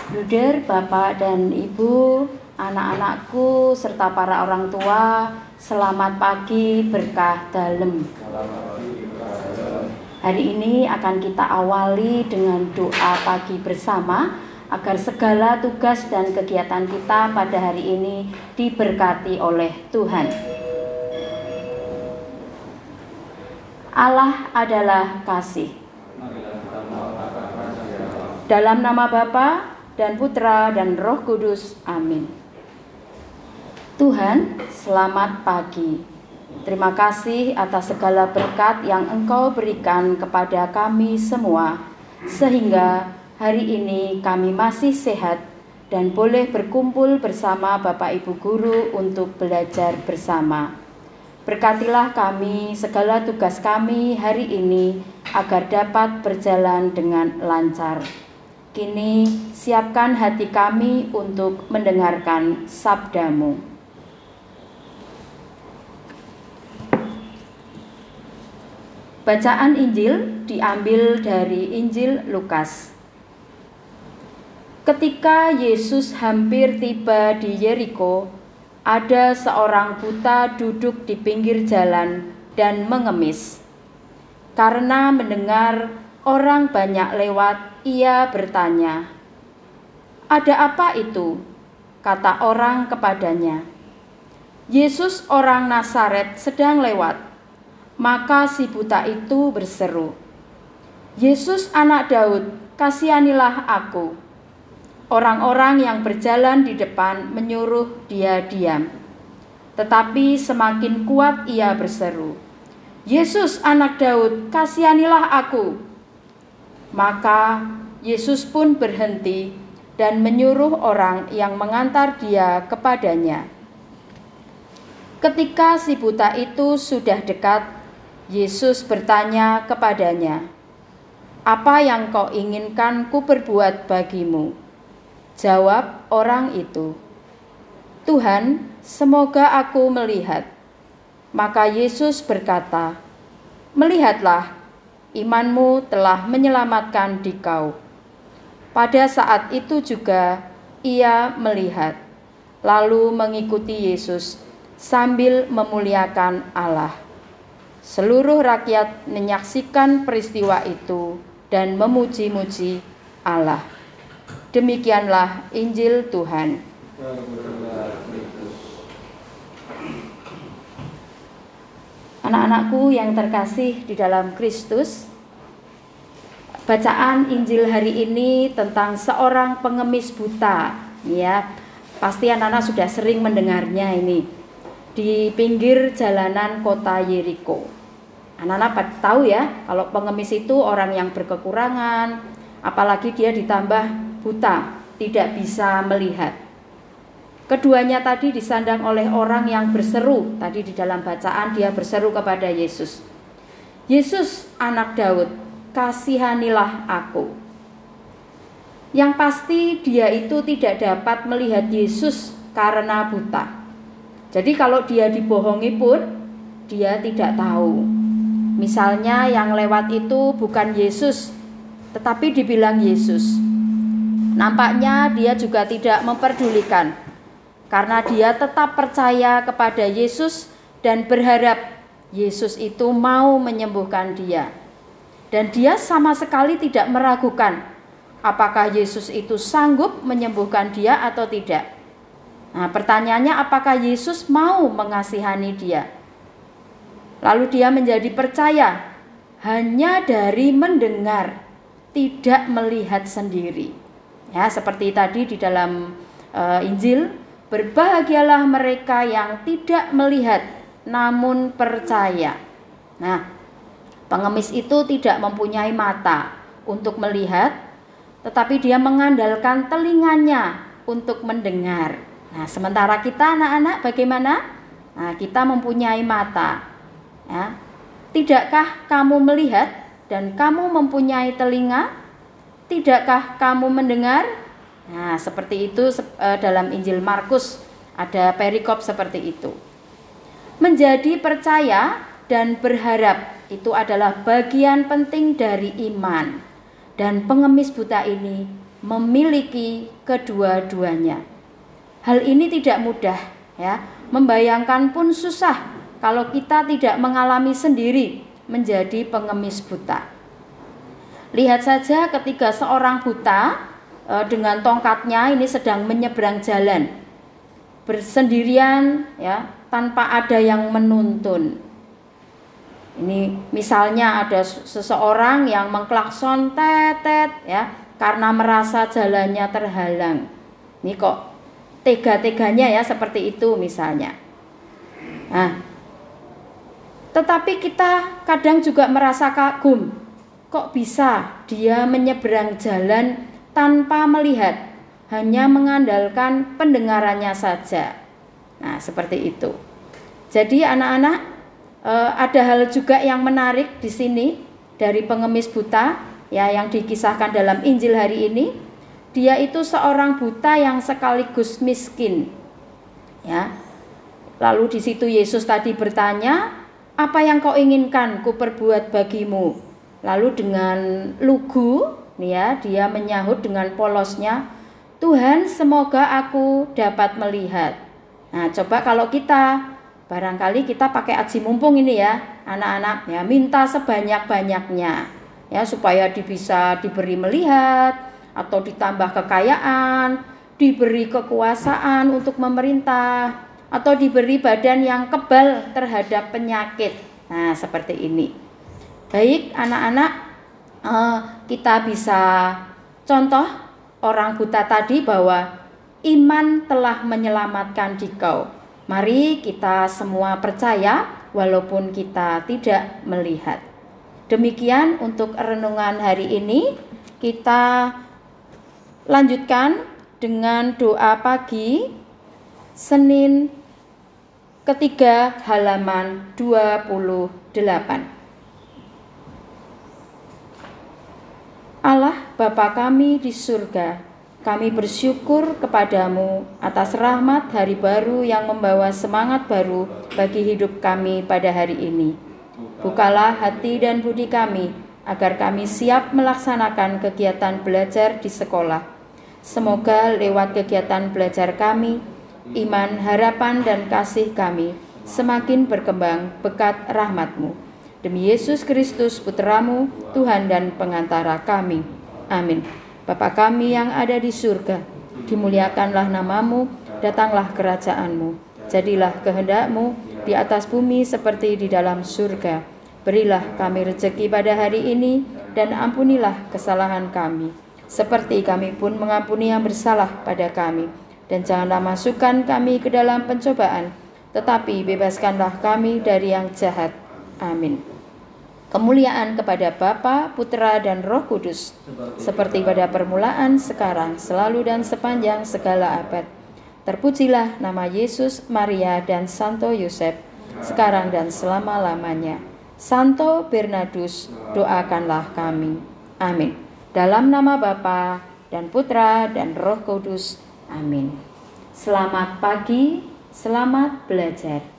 Bruder, Bapak dan Ibu, anak-anakku serta para orang tua, selamat pagi berkah dalem. Hari ini akan kita awali dengan doa pagi bersama agar segala tugas dan kegiatan kita pada hari ini diberkati oleh Tuhan. Allah adalah kasih. Dalam nama Bapa dan Putra dan Roh Kudus. Amin. Tuhan, selamat pagi. Terima kasih atas segala berkat yang Engkau berikan kepada kami semua, sehingga hari ini kami masih sehat dan boleh berkumpul bersama Bapak Ibu Guru untuk belajar bersama. Berkatilah kami segala tugas kami hari ini agar dapat berjalan dengan lancar. Kini siapkan hati kami untuk mendengarkan sabda-Mu. Bacaan Injil diambil dari Injil Lukas. Ketika Yesus hampir tiba di Yeriko, ada seorang buta duduk di pinggir jalan dan mengemis. Karena mendengar orang banyak lewat, ia bertanya, "Ada apa itu?" Kata orang kepadanya, "Yesus orang Nazaret sedang lewat." Maka si buta itu berseru, "Yesus anak Daud, kasihanilah aku." Orang-orang yang berjalan di depan menyuruh dia diam. Tetapi semakin kuat ia berseru, "Yesus anak Daud, kasihanilah aku." Maka Yesus pun berhenti dan menyuruh orang yang mengantar dia kepadanya. Ketika si buta itu sudah dekat, Yesus bertanya kepadanya, "Apa yang kau inginkan ku perbuat bagimu?" Jawab orang itu, "Tuhan, semoga aku melihat." Maka Yesus berkata, "Melihatlah, imanmu telah menyelamatkan dikau." Pada saat itu juga ia melihat, lalu mengikuti Yesus sambil memuliakan Allah. Seluruh rakyat menyaksikan peristiwa itu dan memuji-muji Allah. Demikianlah Injil Tuhan. Anak-anakku yang terkasih di dalam Kristus, bacaan Injil hari ini tentang seorang pengemis buta. Ya, pasti anak-anak sudah sering mendengarnya ini di pinggir jalanan kota Yeriko. Anak-anak tahu ya, kalau pengemis itu orang yang berkekurangan, apalagi dia ditambah buta, tidak bisa melihat. Keduanya tadi disandang oleh orang yang berseru. Tadi di dalam bacaan dia berseru kepada Yesus, "Yesus anak Daud, kasihanilah aku." Yang pasti dia itu tidak dapat melihat Yesus karena buta. Jadi kalau dia dibohongi pun dia tidak tahu. Misalnya yang lewat itu bukan Yesus, tetapi dibilang Yesus. Nampaknya dia juga tidak memperdulikan, karena dia tetap percaya kepada Yesus dan berharap Yesus itu mau menyembuhkan dia. Dan dia sama sekali tidak meragukan apakah Yesus itu sanggup menyembuhkan dia atau tidak. Nah, pertanyaannya, apakah Yesus mau mengasihani dia? Lalu dia menjadi percaya hanya dari mendengar, tidak melihat sendiri. Ya, seperti tadi di dalam Injil, berbahagialah mereka yang tidak melihat namun percaya. Nah, pengemis itu tidak mempunyai mata untuk melihat, tetapi dia mengandalkan telinganya untuk mendengar. Nah, sementara kita anak-anak bagaimana? Nah, kita mempunyai mata. Ya. Tidakkah kamu melihat dan kamu mempunyai telinga? Tidakkah kamu mendengar? Nah, seperti itu dalam Injil Markus ada perikop seperti itu. Menjadi percaya dan berharap itu adalah bagian penting dari iman. Dan pengemis buta ini memiliki kedua-duanya. Hal ini tidak mudah, ya. Membayangkan pun susah kalau kita tidak mengalami sendiri menjadi pengemis buta. Lihat saja ketika seorang buta dengan tongkatnya ini sedang menyeberang jalan bersendirian, ya, tanpa ada yang menuntun. Ini misalnya ada seseorang yang mengklakson tet, ya, karena merasa jalannya terhalang. Ini kok tega-teganya ya seperti itu misalnya. Nah, tetapi kita kadang juga merasa kagum. Kok bisa dia menyeberang jalan tanpa melihat, hanya mengandalkan pendengarannya saja. Nah, seperti itu. Jadi anak-anak, ada hal juga yang menarik di sini dari pengemis buta, ya, yang dikisahkan dalam Injil hari ini. Dia itu seorang buta yang sekaligus miskin, ya. Lalu di situ Yesus tadi bertanya, apa yang kau inginkan ku perbuat bagimu? Lalu dengan lugu, ya, dia menyahut dengan polosnya, Tuhan, semoga aku dapat melihat. Nah, coba kalau kita, barangkali kita pakai aji mumpung ini ya, anak-anak, ya, minta sebanyak-banyaknya, ya, supaya bisa diberi melihat, atau ditambah kekayaan, diberi kekuasaan untuk memerintah, atau diberi badan yang kebal terhadap penyakit. Nah, seperti ini. Baik anak-anak, kita bisa contoh orang buta tadi bahwa iman telah menyelamatkan dikau. Mari kita semua percaya walaupun kita tidak melihat. Demikian untuk renungan hari ini. Kita lanjutkan dengan doa pagi Senin ketiga halaman 28. Allah Bapa kami di surga, kami bersyukur kepadamu atas rahmat hari baru yang membawa semangat baru bagi hidup kami pada hari ini. Bukalah hati dan budi kami agar kami siap melaksanakan kegiatan belajar di sekolah. Semoga lewat kegiatan belajar kami, iman, harapan, dan kasih kami semakin berkembang berkat rahmat-Mu. Demi Yesus Kristus Putramu, Tuhan dan pengantara kami. Amin. Bapa kami yang ada di surga, dimuliakanlah namamu, datanglah kerajaan-Mu. Jadilah kehendak-Mu di atas bumi seperti di dalam surga. Berilah kami rezeki pada hari ini, dan ampunilah kesalahan kami, seperti kami pun mengampuni yang bersalah pada kami. Dan janganlah masukkan kami ke dalam pencobaan, tetapi bebaskanlah kami dari yang jahat. Amin. Kemuliaan kepada Bapa, Putra, dan Roh Kudus, seperti pada permulaan, sekarang, selalu, dan sepanjang segala abad. Terpujilah nama Yesus, Maria, dan Santo Yosef, sekarang dan selama-lamanya. Santo Bernardus, doakanlah kami. Amin. Dalam nama Bapa dan Putra dan Roh Kudus. Amin. Selamat pagi, selamat belajar.